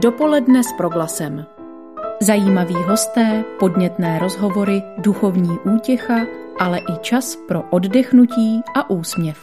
Dopoledne s Proglasem. Zajímaví hosté, podnětné rozhovory, duchovní útěcha, ale i čas pro oddechnutí a úsměv.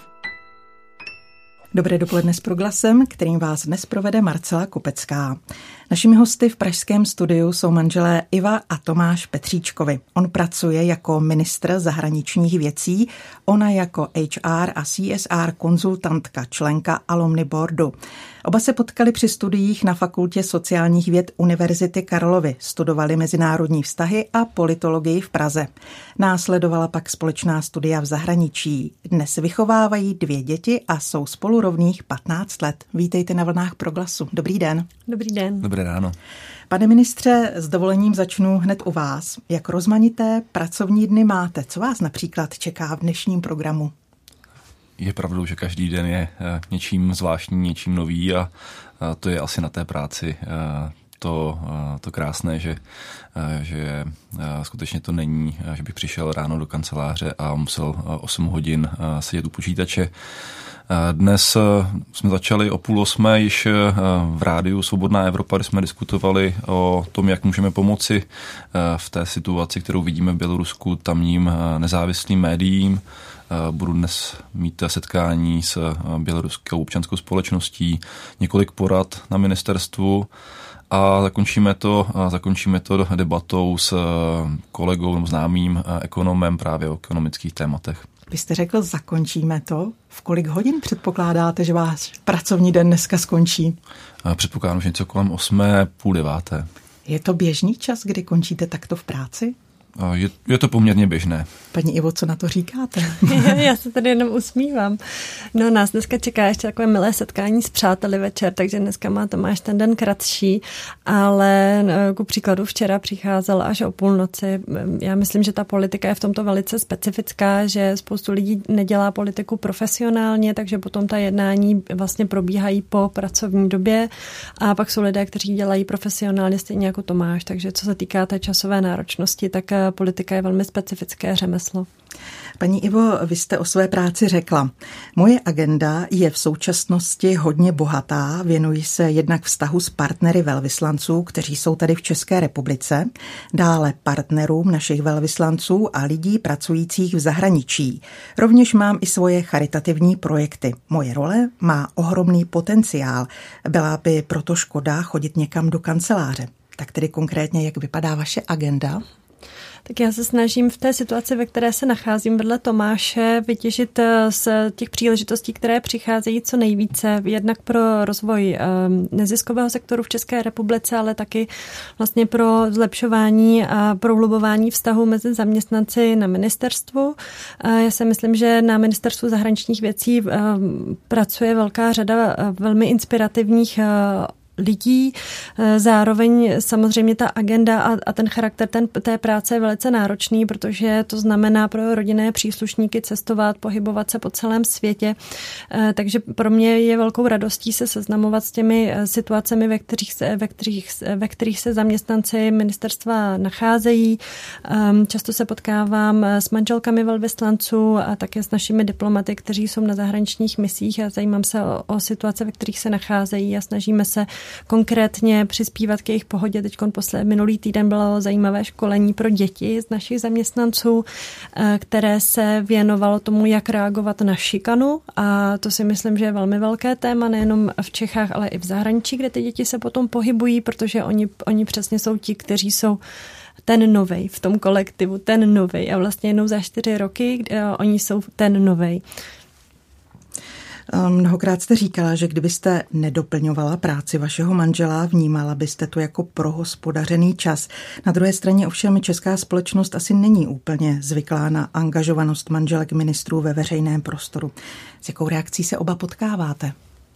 Dobré dopoledne s Proglasem, kterým vás dnes provede Marcela Kopecká. Našimi hosty v pražském studiu jsou manželé Iva a Tomáš Petříčkovi. On pracuje jako ministr zahraničních věcí, ona jako HR a CSR konzultantka, členka Alumni Boardu. Oba se potkali při studiích na Fakultě sociálních věd Univerzity Karlovy. Studovali mezinárodní vztahy a politologii v Praze. Následovala pak společná studia v zahraničí. Dnes vychovávají 2 děti a jsou spolu rovných 15 let. Vítejte na vlnách Proglasu. Dobrý den. Dobrý den. Dobré ráno. Pane ministře, s dovolením začnu hned u vás. Jak rozmanité pracovní dny máte? Co vás například čeká v dnešním programu? Je pravdou, že každý den je něčím zvláštní, něčím nový a to je asi na té práci to krásné, že skutečně to není, že bych přišel ráno do kanceláře a musel 8 hodin sedět u počítače. Dnes jsme začali o 7:30 již v rádiu Svobodná Evropa, kde jsme diskutovali o tom, jak můžeme pomoci v té situaci, kterou vidíme v Bělorusku, tamním nezávislým médiím. Budu dnes mít setkání s běloruskou občanskou společností, několik porad na ministerstvu a zakončíme to debatou s kolegou nebo známým ekonomem právě o ekonomických tématech. Vy jste řekl, zakončíme to. V kolik hodin předpokládáte, že váš pracovní den dneska skončí? Předpokládám, že něco kolem 8, půl 9. Je to běžný čas, kdy končíte takto v práci? Je to poměrně běžné. Paní Ivo, co na to říkáte? Já se tady jenom usmívám. No, nás dneska čeká ještě takové milé setkání s přáteli večer, takže dneska má Tomáš ten den kratší, ale ku příkladu včera přicházel až o půlnoci. Já myslím, že ta politika je v tomto velice specifická, že spoustu lidí nedělá politiku profesionálně, takže potom ta jednání vlastně probíhají po pracovní době a pak jsou lidé, kteří dělají profesionálně stejně jako Tomáš, takže co se týká té časové náročnosti, tak politika je velmi specifické řemeslo. Paní Ivo, vy jste o své práci řekla. Moje agenda je v současnosti hodně bohatá. Věnuji se jednak vztahu s partnery velvyslanců, kteří jsou tady v České republice, dále partnerům našich velvyslanců a lidí pracujících v zahraničí. Rovněž mám i svoje charitativní projekty. Moje role má ohromný potenciál. Byla by proto škoda chodit někam do kanceláře. Tak tedy konkrétně, jak vypadá vaše agenda? Tak já se snažím v té situaci, ve které se nacházím vedle Tomáše, vytěžit z těch příležitostí, které přicházejí co nejvíce, jednak pro rozvoj neziskového sektoru v České republice, ale taky vlastně pro zlepšování a prohlubování vztahu mezi zaměstnanci na ministerstvu. Já si myslím, že na ministerstvu zahraničních věcí pracuje velká řada velmi inspirativních lidí. Zároveň samozřejmě ta agenda a ten charakter té práce je velice náročný, protože to znamená pro rodinné příslušníky cestovat, pohybovat se po celém světě. Takže pro mě je velkou radostí se seznamovat s těmi situacemi, ve kterých se zaměstnanci ministerstva nacházejí. Často se potkávám s manželkami velvyslanců a také s našimi diplomaty, kteří jsou na zahraničních misích a zajímám se o situace, ve kterých se nacházejí a snažíme se konkrétně přispívat k jejich pohodě. Minulý týden bylo zajímavé školení pro děti z našich zaměstnanců, které se věnovalo tomu, jak reagovat na šikanu, a to si myslím, že je velmi velké téma, nejenom v Čechách, ale i v zahraničí, kde ty děti se potom pohybují, protože oni přesně jsou ti, kteří jsou ten novej v tom kolektivu, ten novej a vlastně jednou za 4 roky oni jsou ten novej. Mnohokrát jste říkala, že kdybyste nedoplňovala práci vašeho manžela, vnímala byste to jako prohospodařený čas. Na druhé straně ovšem česká společnost asi není úplně zvyklá na angažovanost manželek ministrů ve veřejném prostoru. S jakou reakcí se oba potkáváte?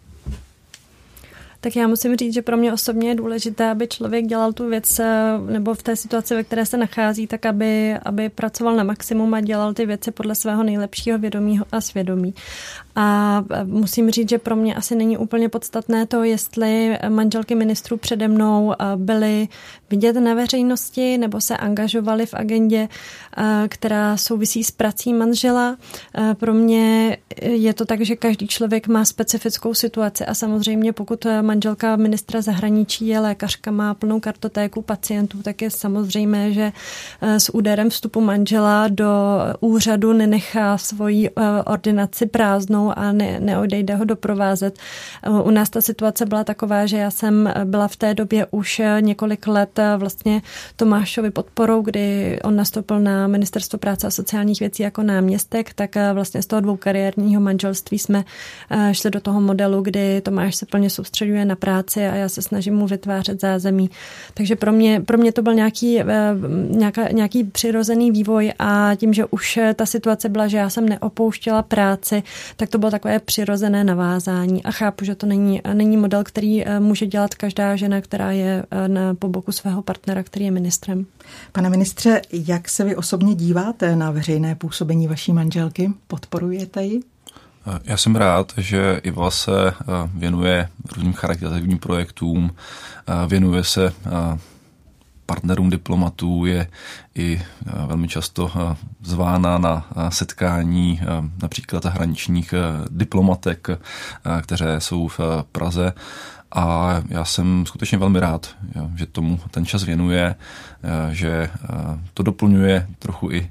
Tak já musím říct, že pro mě osobně je důležité, aby člověk dělal tu věc, nebo v té situaci, ve které se nachází, tak aby pracoval na maximum a dělal ty věci podle svého nejlepšího vědomí a svědomí. A musím říct, že pro mě asi není úplně podstatné to, jestli manželky ministrů přede mnou byly vidět na veřejnosti nebo se angažovaly v agendě, která souvisí s prací manžela. Pro mě je to tak, že každý člověk má specifickou situaci a samozřejmě pokud manželka ministra zahraničí je lékařka, má plnou kartotéku pacientů, tak je samozřejmé, že s úderem vstupu manžela do úřadu nenechá svoji ordinaci prázdnou a neodejde ho doprovázet. U nás ta situace byla taková, že já jsem byla v té době už několik let vlastně Tomášovi podporou, kdy on nastoupil na Ministerstvo práce a sociálních věcí jako náměstek, tak vlastně z toho dvoukariérního manželství jsme šli do toho modelu, kdy Tomáš se plně soustředuje na práci a já se snažím mu vytvářet zázemí. Takže pro mě to byl nějaký přirozený vývoj a tím, že už ta situace byla, že já jsem neopouštěla práci, tak to bylo takové přirozené navázání a chápu, že to není model, který může dělat každá žena, která je po boku svého partnera, který je ministrem. Pane ministře, jak se vy osobně díváte na veřejné působení vaší manželky? Podporujete ji? Já jsem rád, že Iva se věnuje různým charitativním projektům, věnuje se partnerům diplomatů, je i velmi často zvána na setkání například zahraničních diplomatek, které jsou v Praze. A já jsem skutečně velmi rád, že tomu ten čas věnuje, že to doplňuje trochu i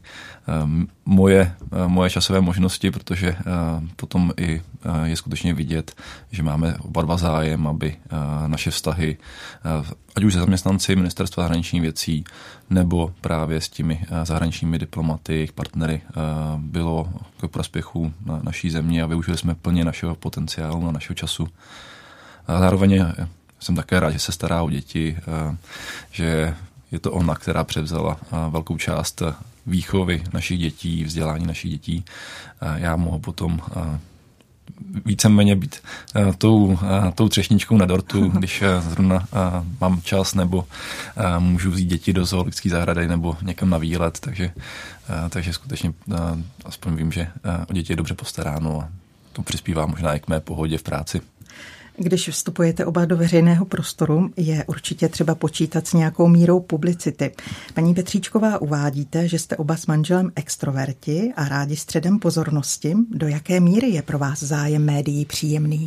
moje časové možnosti, protože potom i je skutečně vidět, že máme oba dva zájem, aby naše vztahy, ať už se zaměstnanci Ministerstva zahraničních věcí, nebo právě s těmi zahraničními diplomaty, jejich partnery, bylo k prospěchu naší země a využili jsme plně našeho potenciálu a našeho času. A zároveň jsem také rád, že se stará o děti, že je to ona, která převzala velkou část výchovy našich dětí, vzdělání našich dětí. Já mohu potom víceméně být tou třešničkou na dortu, když zrovna mám čas, nebo můžu vzít děti do zoologické zahrady nebo někam na výlet, takže skutečně aspoň vím, že o děti je dobře postaráno a to přispívá možná i k mé pohodě v práci. Když vstupujete oba do veřejného prostoru, je určitě třeba počítat s nějakou mírou publicity. Paní Petříčková, uvádíte, že jste oba s manželem extroverti a rádi středem pozornosti. Do jaké míry je pro vás zájem médií příjemný?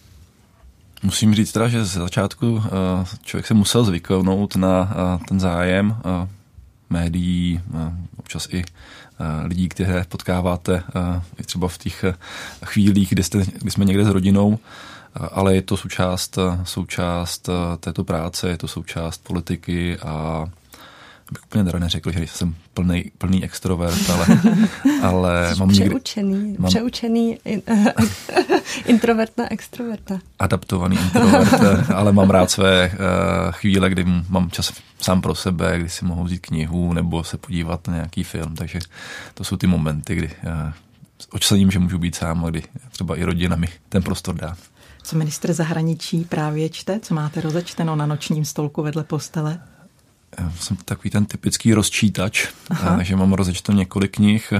Musím říct teda, že ze začátku člověk se musel zvyknout na ten zájem médií, občas i lidí, které potkáváte i třeba v těch chvílích, kdy jsme někde s rodinou, ale je to součást této práce, je to součást politiky a bych úplně neřekl, že jsem plný extrovert, ale mám přeučený introvert na extroverta. Adaptovaný introvert, ale mám rád své chvíle, kdy mám čas sám pro sebe, kdy si mohu vzít knihu nebo se podívat na nějaký film, takže to jsou ty momenty, kdy ocením, že můžu být sám a kdy třeba i rodina mi ten prostor dá. Co ministr zahraničí právě čte? Co máte rozečteno na nočním stolku vedle postele? Já jsem takový ten typický rozčítač, že mám rozečteno několik knih.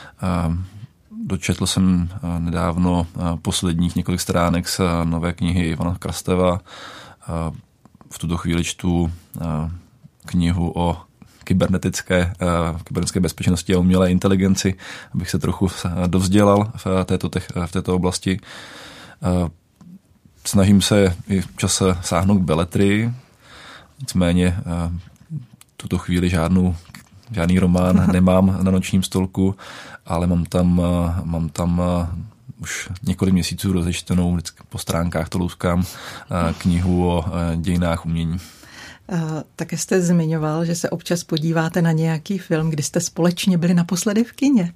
Dočetl jsem nedávno posledních několik stránek z nové knihy Ivana Krasteva. V tuto chvíli čtu knihu o kybernetické bezpečnosti a umělé inteligenci, abych se trochu dovzdělal v této oblasti. Snažím se i čas sáhnout k beletrii, nicméně tuto chvíli žádný román nemám na nočním stolku, ale mám tam už několik měsíců rozečtenou, vždycky po stránkách to louskám, knihu o dějinách umění. Také jste zmiňoval, že se občas podíváte na nějaký film, kdy jste společně byli naposledy v kině.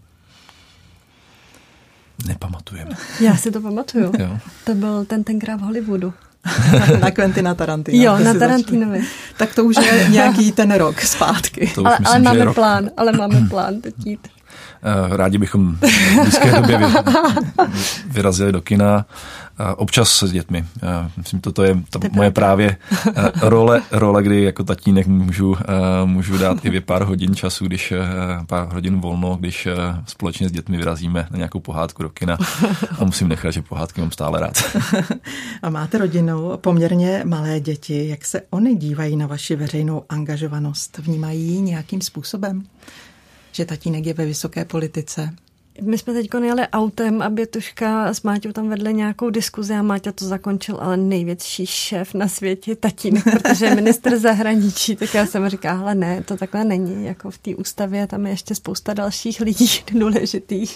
Nepamatujeme. Já si to pamatuju. Jo. To byl tenkrát v Hollywoodu. Na Quentina Tarantina. Jo, na Tarantinovi. Tak to už je nějaký ten rok zpátky. Ale máme plán teď jít. Rádi bychom v blízké době vyrazili do kina. Občas s dětmi. Myslím, toto je moje právě role, kdy jako tatínek můžu dát i pár hodin času, pár hodin volno, když společně s dětmi vyrazíme na nějakou pohádku do kina a musím nechat, že pohádky mám stále rád. A máte rodinu, poměrně malé děti. Jak se oni dívají na vaši veřejnou angažovanost? Vnímají ji nějakým způsobem? Že tatínek je ve vysoké politice? My jsme teď jeli autem a Bětuška s Máťou tam vedli nějakou diskuzi a Máťa to zakončil, ale největší šéf na světě, tatínek, protože je ministr zahraničí, tak já jsem říkala, ale ne, to takhle není, jako v té ústavě tam je ještě spousta dalších lidí důležitých.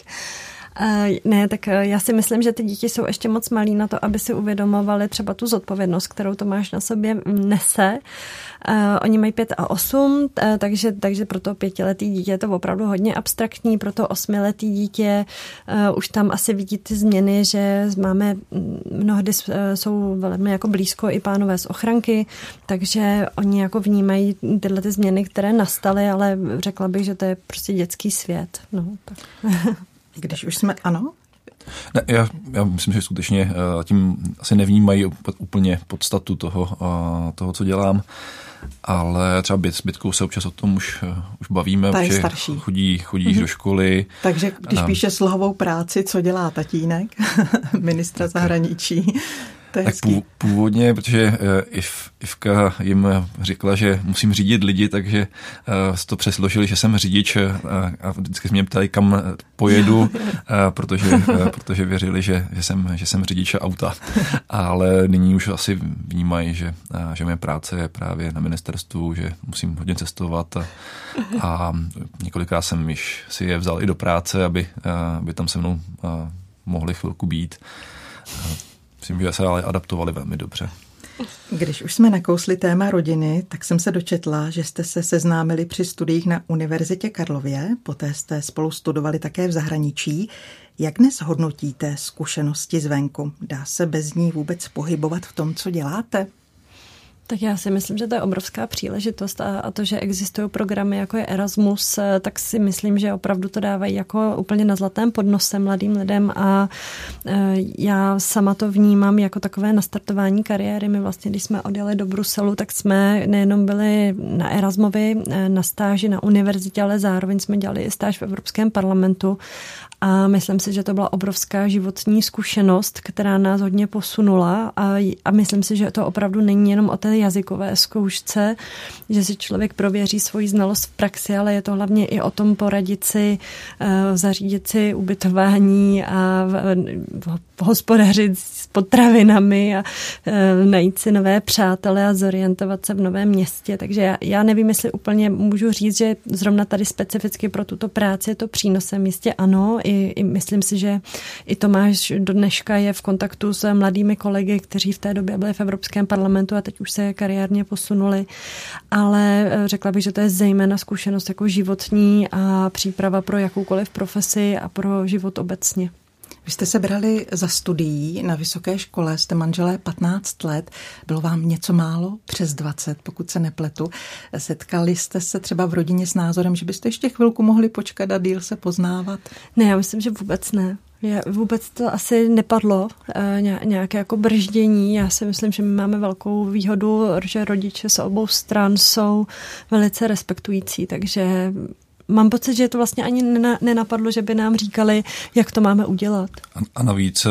Ne, tak já si myslím, že ty děti jsou ještě moc malí na to, aby si uvědomovali třeba tu zodpovědnost, kterou Tomáš na sobě nese. Oni mají 5 a 8, takže pro to 5letý dítě je to opravdu hodně abstraktní, pro to 8letý dítě už tam asi vidí ty změny, že máme, mnohdy jsou velmi jako blízko i pánové z ochranky, takže oni jako vnímají tyhle ty změny, které nastaly, ale řekla bych, že to je prostě dětský svět. No, tak. Když už jsme, ano? Ne, já myslím, že skutečně tím asi nevnímají úplně podstatu toho, co dělám, ale třeba s Bytkou se občas o tom už bavíme, protože chodíš do školy. Takže když píše slohovou práci, co dělá tatínek, ministra zahraničí, tak původně, protože Ivka jim řekla, že musím řídit lidi, takže to přesložili, že jsem řidič a vždycky mě ptali, kam pojedu, protože věřili, že jsem řidič auta. Ale nyní už asi vnímají, že moje práce je právě na ministerstvu, že musím hodně cestovat a několikrát jsem již si je vzal i do práce, aby tam se mnou mohli chvilku být. Myslím, že se ale adaptovali velmi dobře. Když už jsme nakousli téma rodiny, tak jsem se dočetla, že jste se seznámili při studiích na Univerzitě Karlově, poté jste spolu studovali také v zahraničí. Jak dnes hodnotíte zkušenosti zvenku? Dá se bez ní vůbec pohybovat v tom, co děláte? Tak já si myslím, že to je obrovská příležitost a to, že existují programy jako je Erasmus, tak si myslím, že opravdu to dávají jako úplně na zlatém podnose mladým lidem a já sama to vnímám jako takové nastartování kariéry. My vlastně, když jsme odjeli do Bruselu, tak jsme nejenom byli na Erasmovi, na stáži na univerzitě, ale zároveň jsme dělali i stáž v Evropském parlamentu a myslím si, že to byla obrovská životní zkušenost, která nás hodně posunula a myslím si, že to opravdu není jenom o té jazykové zkoušce, že si člověk prověří svoji znalost v praxi, ale je to hlavně i o tom poradit si, zařídit si ubytování a hospodařit s potravinami a najít si nové přátele a zorientovat se v novém městě. Takže já nevím, jestli úplně můžu říct, že zrovna tady specificky pro tuto práci je to přínosem. Jistě ano, i myslím si, že i Tomáš do dneška je v kontaktu s mladými kolegy, kteří v té době byli v Evropském parlamentu a teď už se kariérně posunuli, ale řekla bych, že to je zejména zkušenost jako životní a příprava pro jakoukoliv profesi a pro život obecně. Vy jste se brali za studií na vysoké škole, jste manželé 15 let, bylo vám něco málo přes 20, pokud se nepletu. Setkali jste se třeba v rodině s názorem, že byste ještě chvilku mohli počkat a díl se poznávat? Ne, já myslím, že vůbec ne. Vůbec to asi nepadlo, nějaké jako brždění. Já si myslím, že my máme velkou výhodu, že rodiče z obou stran jsou velice respektující, takže mám pocit, že to vlastně ani nenapadlo, že by nám říkali, jak to máme udělat. A navíc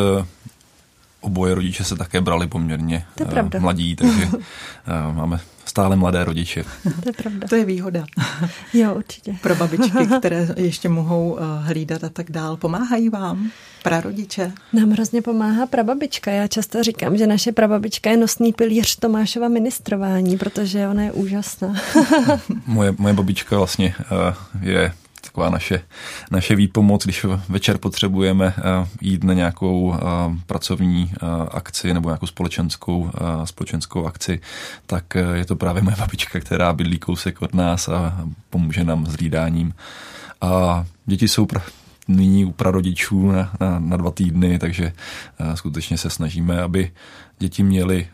oboje rodiče se také brali poměrně mladí, takže máme stále mladé rodiče. To je pravda. To je výhoda. Jo, určitě. Pro babičky, které ještě mohou hlídat a tak dál. Pomáhají vám prarodiče? Nám hrozně pomáhá prababička. Já často říkám, že naše prababička je nosný pilíř Tomášova ministrování, protože ona je úžasná. Moje babička vlastně je taková naše výpomoc, když večer potřebujeme jít na nějakou pracovní akci nebo nějakou společenskou akci, tak je to právě moje babička, která bydlí kousek od nás a pomůže nám s hlídáním. A děti jsou nyní u prarodičů na 2 týdny, takže skutečně se snažíme, aby děti měly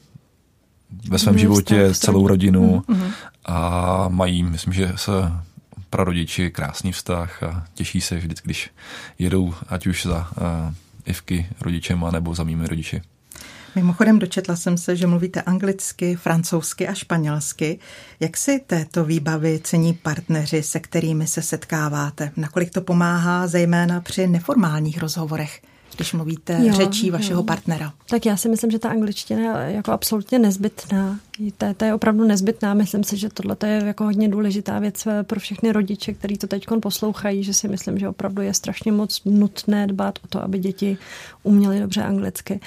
ve svém životě celou rodinu a mají, myslím, že se prarodiči krásný vztah a těší se vždycky, když jedou, ať už za Ivky rodičema nebo za mými rodiči. Mimochodem dočetla jsem se, že mluvíte anglicky, francouzsky a španělsky. Jak si této výbavy cení partneři, se kterými se setkáváte? Nakolik to pomáhá zejména při neformálních rozhovorech? když mluvíte řečí vašeho partnera? Tak já si myslím, že ta angličtina je jako absolutně nezbytná. To je opravdu nezbytná. Myslím si, že tohle je jako hodně důležitá věc pro všechny rodiče, kteří to teď poslouchají, že si myslím, že opravdu je strašně moc nutné dbát o to, aby děti uměly dobře anglicky.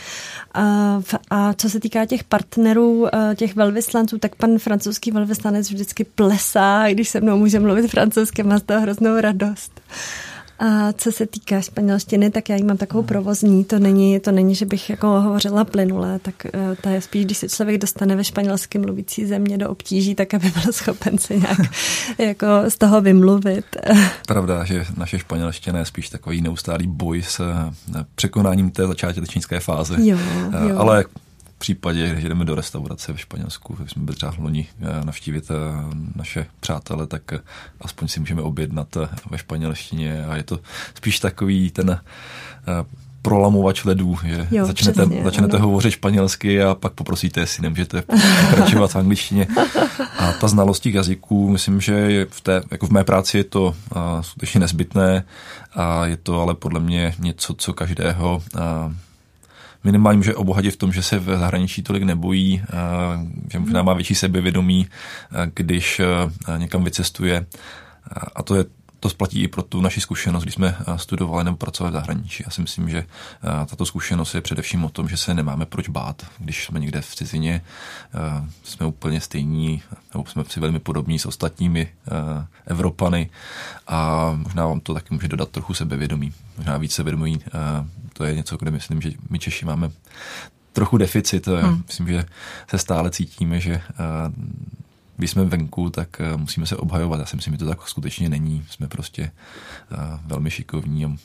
A co se týká těch partnerů, těch velvyslanců, tak pan francouzský velvyslanec vždycky plesá, když se mnou může mluvit francouzsky, má z toho hroznou radost. A co se týká španělštiny, tak já ji mám takovou provozní, to není, že bych jako hovořila plynule, tak to je spíš, když se člověk dostane ve španělsky mluvící země do obtíží, tak aby byl schopen se nějak jako z toho vymluvit. Pravda, že naše španělština je spíš takový neustálý boj s překonáním té začátečnické fáze. Jo. Ale v případě, že jdeme do restaurace ve Španělsku, tak jsme byli třeba loni navštívit naše přátele, tak aspoň si můžeme objednat ve španělštině a je to spíš takový ten prolamovač ledů, že začnete hovořit španělsky a pak poprosíte, jestli nemůžete pokračovat v angličtině. A ta znalost těch jazyků, myslím, že jako v mé práci je to skutečně nezbytné a je to ale podle mě něco, co každého minimálně může obohatit v tom, že se v zahraničí tolik nebojí, že možná má větší sebevědomí, když někam vycestuje. A to splatí i pro tu naši zkušenost, když jsme studovali nebo pracovali v zahraničí. Já si myslím, že tato zkušenost je především o tom, že se nemáme proč bát. Když jsme někde v cizině, jsme úplně stejní, nebo jsme si velmi podobní s ostatními Evropany a možná vám to taky může dodat trochu sebevědomí. Možná víc sebevědomí, to je něco, kde myslím, že my Češi máme trochu deficit. Myslím, že se stále cítíme, že když jsme venku, tak musíme se obhajovat. Já si myslím, že to tak skutečně není. Jsme prostě velmi šikovní a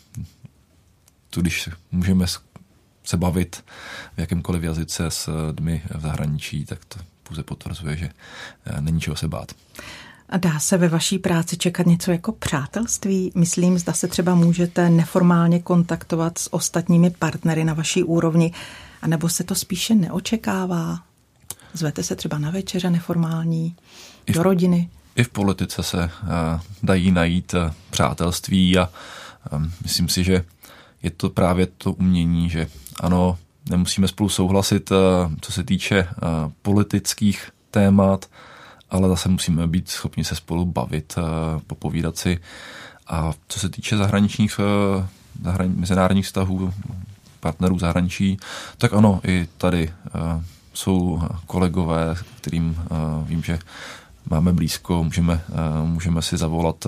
když můžeme se bavit v jakémkoliv jazyce s lidmi v zahraničí, tak to pouze potvrzuje, že není čeho se bát. A dá se ve vaší práci čekat něco jako přátelství? Myslím, zda se třeba můžete neformálně kontaktovat s ostatními partnery na vaší úrovni, anebo se to spíše neočekává? Zvete se třeba na večeře neformální, do rodiny? I v politice se dají najít přátelství a myslím si, že je to právě to umění, že ano, nemusíme spolu souhlasit, co se týče politických témat, ale zase musíme být schopni se spolu bavit, popovídat si. A co se týče mezinárodních vztahů, partnerů zahraničí, tak ano, i tady jsou kolegové, kterým vím, že máme blízko, můžeme si zavolat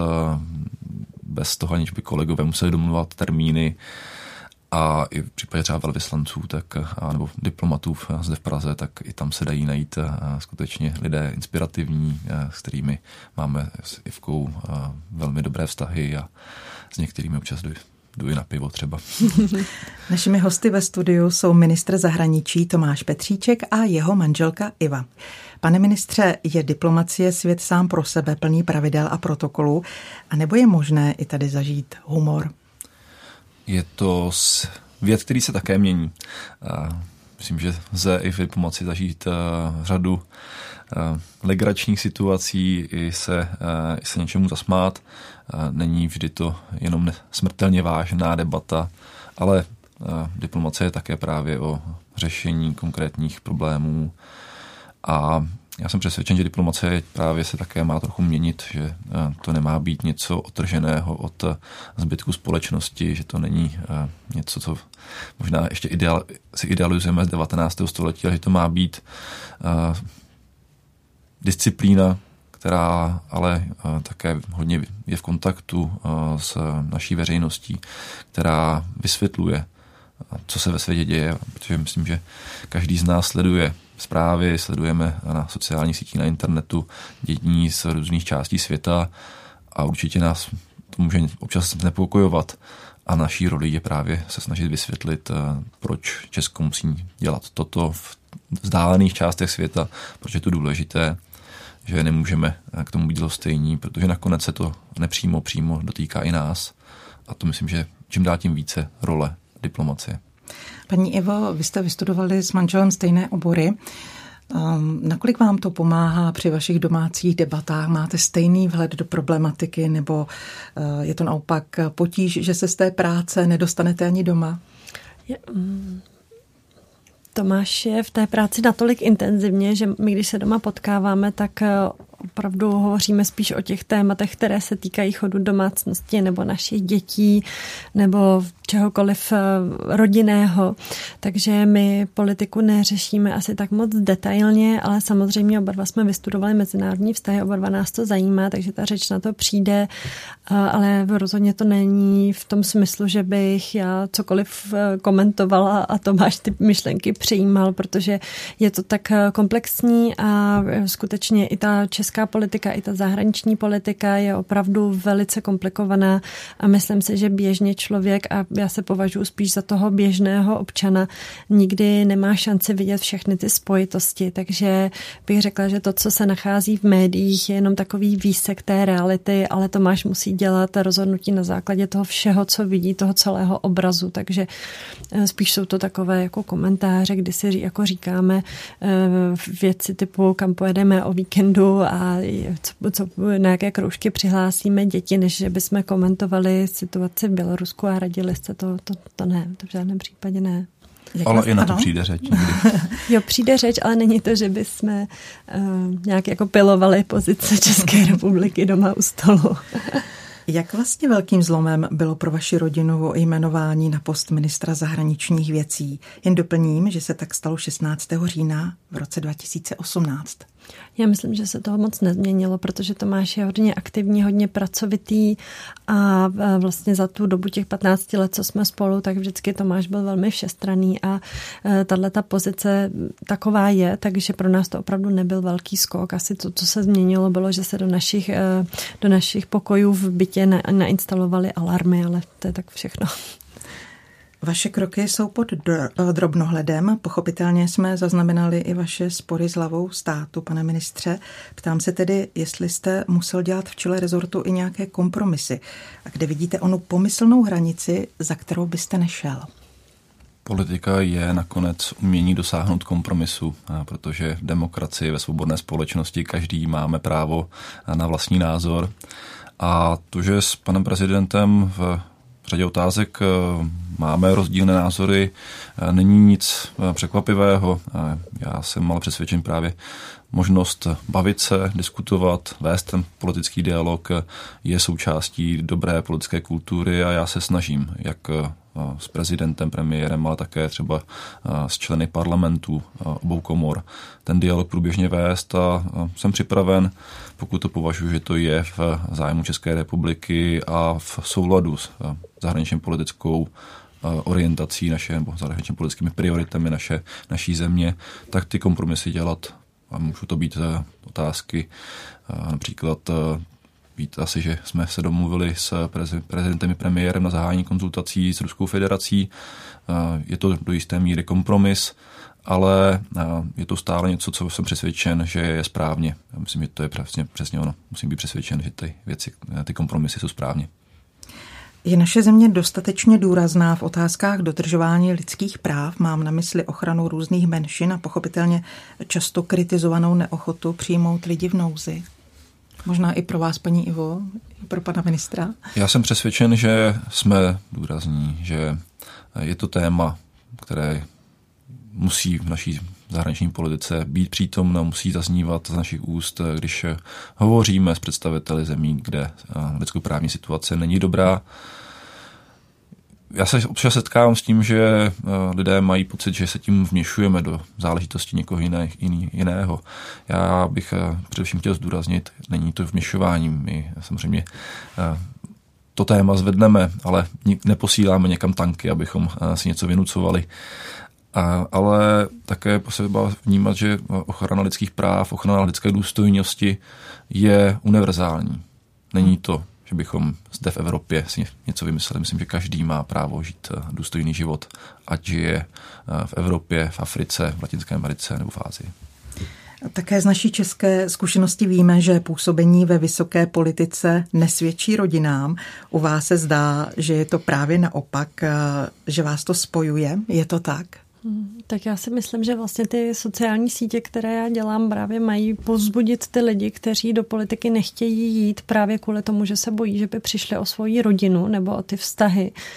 bez toho, aniž by kolegové museli domluvat termíny. A i v případě třeba velvyslanců nebo diplomatů zde v Praze, tak i tam se dají najít skutečně lidé inspirativní, s kterými máme s Ivkou velmi dobré vztahy a s některými občas jdu i na pivo třeba. Našimi hosty ve studiu jsou ministr zahraničí Tomáš Petříček a jeho manželka Iva. Pane ministře, je diplomacie svět sám pro sebe plný pravidel a protokolů, a nebo je možné i tady zažít humor? Je to věc, který se také mění. Myslím, že lze i v diplomacii zažít řadu legračních situací, i se něčemu zasmát. Není vždy to jenom smrtelně vážná debata, ale diplomacie je také právě o řešení konkrétních problémů. A já jsem přesvědčen, že diplomacie právě se také má trochu měnit, že to nemá být něco odtrženého od zbytku společnosti, že to není něco, co možná ještě si idealizujeme z 19. století, ale že to má být disciplína, která ale také hodně je v kontaktu s naší veřejností, která vysvětluje, co se ve světě děje, protože myslím, že každý z nás sleduje zprávy, sledujeme na sociálních sítích, na internetu dění z různých částí světa a určitě nás to může občas znepokojovat. A naší roli je právě se snažit vysvětlit, proč Česko musí dělat toto v vzdálených částech světa, proč je to důležité, že nemůžeme k tomu být lhostejní, protože nakonec se to přímo dotýká i nás. A to myslím, že čím dál tím více role diplomacie. Paní Ivo, vy jste vystudovali s manželem stejné obory. Nakolik vám to pomáhá při vašich domácích debatách? Máte stejný vhled do problematiky, nebo je to naopak potíž, že se z té práce nedostanete ani doma? Tomáš je v té práci natolik intenzivně, že my, když se doma potkáváme, tak opravdu hovoříme spíš o těch tématech, které se týkají chodu domácnosti nebo našich dětí nebo čehokoliv rodinného. Takže my politiku neřešíme asi tak moc detailně, ale samozřejmě oba dva jsme vystudovali mezinárodní vztahy, oba dva nás to zajímá, takže ta řeč na to přijde, ale rozhodně to není v tom smyslu, že bych já cokoliv komentovala a Tomáš ty myšlenky přijímal, protože je to tak komplexní a skutečně i ta česká politika, i ta zahraniční politika je opravdu velice komplikovaná a myslím si, že běžně člověk, a já se považuji spíš za toho běžného občana, nikdy nemá šanci vidět všechny ty spojitosti, takže bych řekla, že to, co se nachází v médiích, je jenom takový výsek té reality, ale Tomáš musí dělat rozhodnutí na základě toho všeho, co vidí, toho celého obrazu, takže spíš jsou to takové jako komentáře, kdy si jako říkáme věci typu, kam pojedeme o víkendu a na jaké kroužky přihlásíme děti, než že bychom komentovali situaci v Bělorusku a radili se to ne, to v žádném případě ne. Ale i na to přijde řeč. Jo, přijde řeč, ale není to, že bychom nějak jako pilovali pozice České republiky doma u stolu. Jak vlastně velkým zlomem bylo pro vaši rodinu jmenování na post ministra zahraničních věcí? Jen doplním, že se tak stalo 16. října v roce 2018. Já myslím, že se toho moc nezměnilo, protože Tomáš je hodně aktivní, hodně pracovitý a vlastně za tu dobu těch 15 let, co jsme spolu, tak vždycky Tomáš byl velmi všestranný a tato pozice taková je, takže pro nás to opravdu nebyl velký skok. Asi to, co se změnilo, bylo, že se do našich pokojů v bytě nainstalovaly alarmy, ale to je tak všechno. Vaše kroky jsou pod drobnohledem. Pochopitelně jsme zaznamenali i vaše spory s hlavou státu, pane ministře. Ptám se tedy, jestli jste musel dělat v čele rezortu i nějaké kompromisy a kde vidíte onu pomyslnou hranici, za kterou byste nešel. Politika je nakonec umění dosáhnout kompromisu, protože v demokracii, ve svobodné společnosti každý máme právo na vlastní názor. A to, že s panem prezidentem v řadě otázek máme rozdílné názory, není nic překvapivého. Já jsem ale přesvědčen právě možnost bavit se, diskutovat, vést ten politický dialog je součástí dobré politické kultury a já se snažím, jak s prezidentem, premiérem, ale také třeba s členy parlamentů obou komor, ten dialog průběžně vést a jsem připraven, pokud to považuji, že to je v zájmu České republiky a v souladu s zahraničně politickou orientací naše, nebo zahraničně politickými prioritami naší země, tak ty kompromisy dělat. A můžou to být otázky, například víte asi, že jsme se domluvili s prezidentem i premiérem na zahájení konzultací s Ruskou federací. Je to do jisté míry kompromis, ale je to stále něco, co jsem přesvědčen, že je správně. Já myslím, že to je přesně ono. Musím být přesvědčen, že ty kompromisy jsou správně. Je naše země dostatečně důrazná v otázkách dodržování lidských práv? Mám na mysli ochranu různých menšin a pochopitelně často kritizovanou neochotu přijmout lidi v nouzi. Možná i pro vás, paní Ivo, i pro pana ministra. Já jsem přesvědčen, že jsme důrazní, že je to téma, které musí v naší zahraniční politice být přítomno, musí zaznívat z našich úst, když hovoříme s představiteli zemí, kde lidskoprávní situace není dobrá. Já se občas setkávám s tím, že lidé mají pocit, že se tím vměšujeme do záležitosti někoho jiného. Já bych především chtěl zdůraznit, není to vměšování. My samozřejmě to téma zvedneme, ale neposíláme někam tanky, abychom si něco vynucovali. Ale také potřeba vnímat, že ochrana lidských práv, ochrana lidské důstojnosti je univerzální. Není to, že bychom zde v Evropě si něco vymysleli. Myslím, že každý má právo žít důstojný život, ať žije v Evropě, v Africe, v Latinské Americe nebo v Asii. Také z naší české zkušenosti víme, že působení ve vysoké politice nesvědčí rodinám. U vás se zdá, že je to právě naopak, že vás to spojuje. Je to tak? Tak já si myslím, že vlastně ty sociální sítě, které já dělám, právě mají povzbudit ty lidi, kteří do politiky nechtějí jít právě kvůli tomu, že se bojí, že by přišli o svoji rodinu nebo o ty vztahy.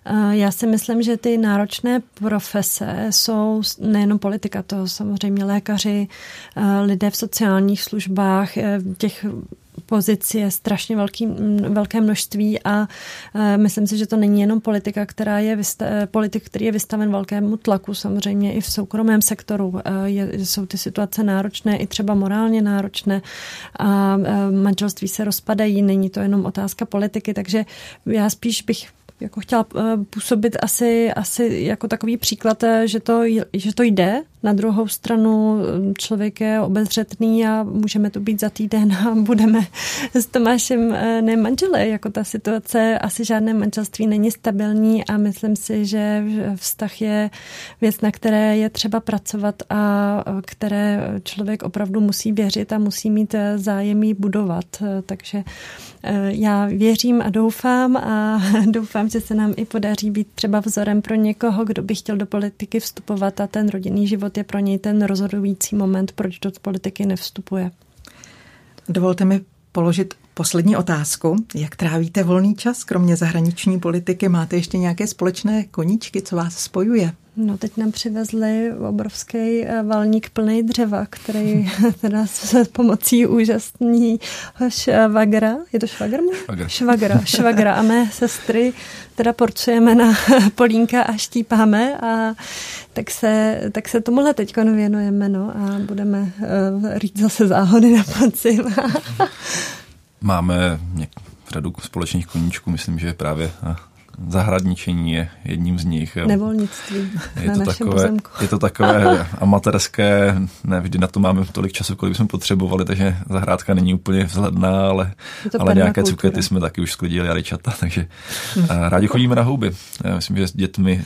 Já si myslím, že ty náročné profese jsou nejenom politika, to samozřejmě lékaři, lidé v sociálních službách, těch pozic je strašně velké množství a myslím si, že to není jenom politika, politik, který je vystaven velkému tlaku, samozřejmě i v soukromém sektoru. Jsou ty situace náročné, i třeba morálně náročné a manželství se rozpadají, není to jenom otázka politiky, takže já spíš bych jako chtěla působit asi jako takový příklad, že to jde. Na druhou stranu člověk je obezřetný a můžeme tu být za týden a budeme s Tomášem nemanželé. Jako ta situace, asi žádné manželství není stabilní a myslím si, že vztah je věc, na které je třeba pracovat a které člověk opravdu musí věřit a musí mít zájem jí budovat. Takže já věřím a doufám, že se nám i podaří být třeba vzorem pro někoho, kdo by chtěl do politiky vstupovat a ten rodinný život je pro něj ten rozhodující moment, proč do politiky nevstupuje. Dovolte mi položit poslední otázku. Jak trávíte volný čas? Kromě zahraniční politiky máte ještě nějaké společné koníčky, co vás spojuje? No, teď nám přivezli obrovský valník plný dřeva, který teda s pomocí úžasného švagra, je to švagr? Švagra a mé sestry teda porcujeme na polínka a štípáme a tak se tomuhle teďko věnujeme, no, a budeme rýt zase záhony na podzim. Máme řadu společných koníčků, myslím, že právě zahradničení je jedním z nich. Nevolnictví na našem pozemku. Je to takové amatérské, ne vždy na to máme tolik času, kolik bychom potřebovali, takže zahrádka není úplně vzhledná, ale nějaké cukety jsme taky už sklidili a rajčata, takže rádi chodíme na houby. Já myslím, že s dětmi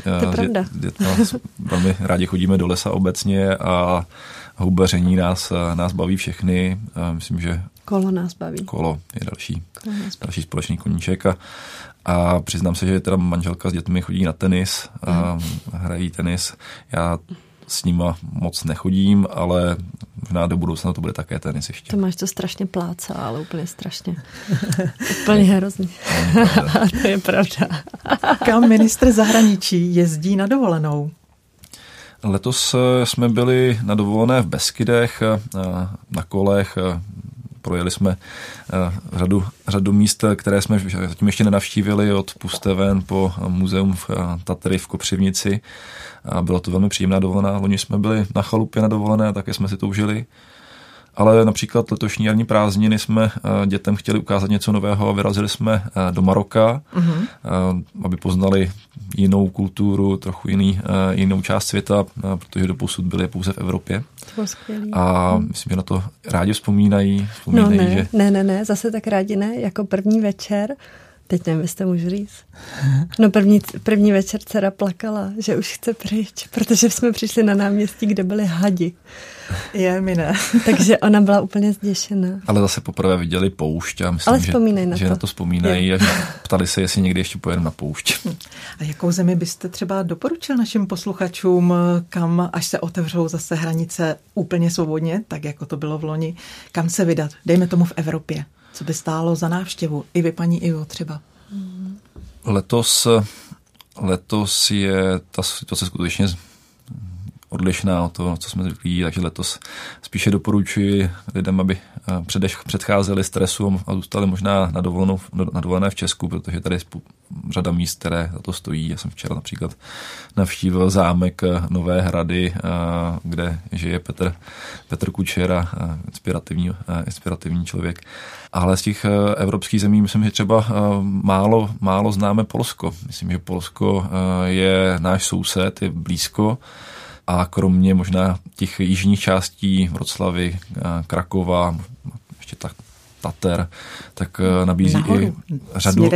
velmi rádi chodíme do lesa obecně a houbaření nás baví všechny. Myslím, že kolo nás baví. Kolo je další společný koníček a přiznám se, že teda manželka s dětmi chodí na tenis, hrají tenis. Já s nima moc nechodím, ale možná do budoucna to bude také tenis ještě. To máš to strašně pláca, ale úplně strašně. Úplně hrozně. To je pravda. Kam ministr zahraničí jezdí na dovolenou? Letos jsme byli na dovolené v Beskydech, na kolech. Projeli jsme řadu míst, které jsme zatím ještě nenavštívili, od Pusteven po muzeum v Tatry v Kopřivnici. A byla to velmi příjemná dovolená. Loni jsme byli na chalupě na dovolené, také jsme si to užili. Ale například letošní jarní prázdniny jsme dětem chtěli ukázat něco nového a vyrazili jsme do Maroka, aby poznali jinou kulturu, trochu jinou část světa, protože doposud byli pouze v Evropě. A myslím, že na to rádi vzpomínají. Ne, zase tak rádi ne, jako první večer. Teď nevím, jestli to můžu říct. No první večer dcera plakala, že už chce pryč, protože jsme přišli na náměstí, kde byly hadi. My ne. Takže ona byla úplně zděšená. Ale zase poprvé viděli poušť a myslím, že na to vzpomínají a že ptali se, jestli někdy ještě pojedeme na poušť. A jakou zemi byste třeba doporučil našim posluchačům, kam, až se otevřou zase hranice úplně svobodně, tak jako to bylo v loni, kam se vydat? Dejme tomu v Evropě. Co by stálo za návštěvu? I vy, paní Ivo, třeba. Letos je ta situace skutečně odlišná od toho, co jsme zvyklí, takže letos spíše doporučuji lidem, aby předcházeli stresu a zůstali možná na dovolené v Česku, protože tady je řada míst, které za to stojí. Já jsem včera například navštívil zámek Nové Hrady, kde žije Petr Kučera, inspirativní člověk. Ale z těch evropských zemí myslím, že třeba málo známe Polsko. Myslím, že Polsko je náš soused, je blízko. A kromě možná těch jižních částí Vroclavy, Krakova, ještě tak Tater, tak nabízí i řadu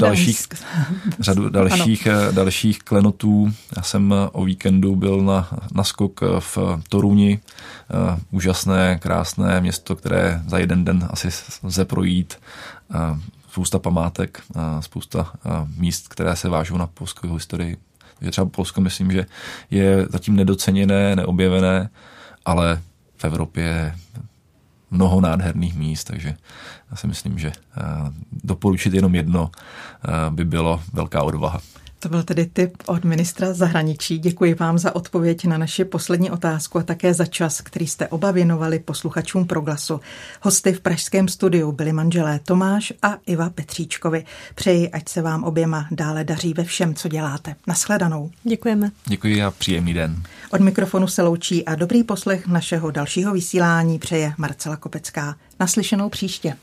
dalších klenotů. Já jsem o víkendu byl na skok v Toruni. Úžasné, krásné město, které za jeden den asi lze projít. Spousta památek, spousta míst, které se vážou na polskou historii. Takže třeba Polsko myslím, že je zatím nedoceněné, neobjevené, ale v Evropě je mnoho nádherných míst, takže já si myslím, že doporučit jenom jedno by bylo velká odvaha. To byl tedy tip od ministra zahraničí. Děkuji vám za odpověď na naši poslední otázku a také za čas, který jste oba věnovali posluchačům Proglasu. Hosty v pražském studiu byli manželé Tomáš a Iva Petříčkovi. Přeji, ať se vám oběma dále daří ve všem, co děláte. Nashledanou. Děkujeme. Děkuji a příjemný den. Od mikrofonu se loučí a dobrý poslech našeho dalšího vysílání přeje Marcela Kopecká. Naslyšenou příště.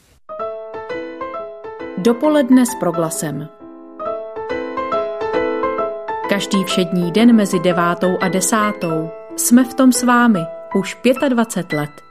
Dopoledne s Proglasem. Každý všední den mezi 9. a 10. jsme v tom s vámi už 25 let.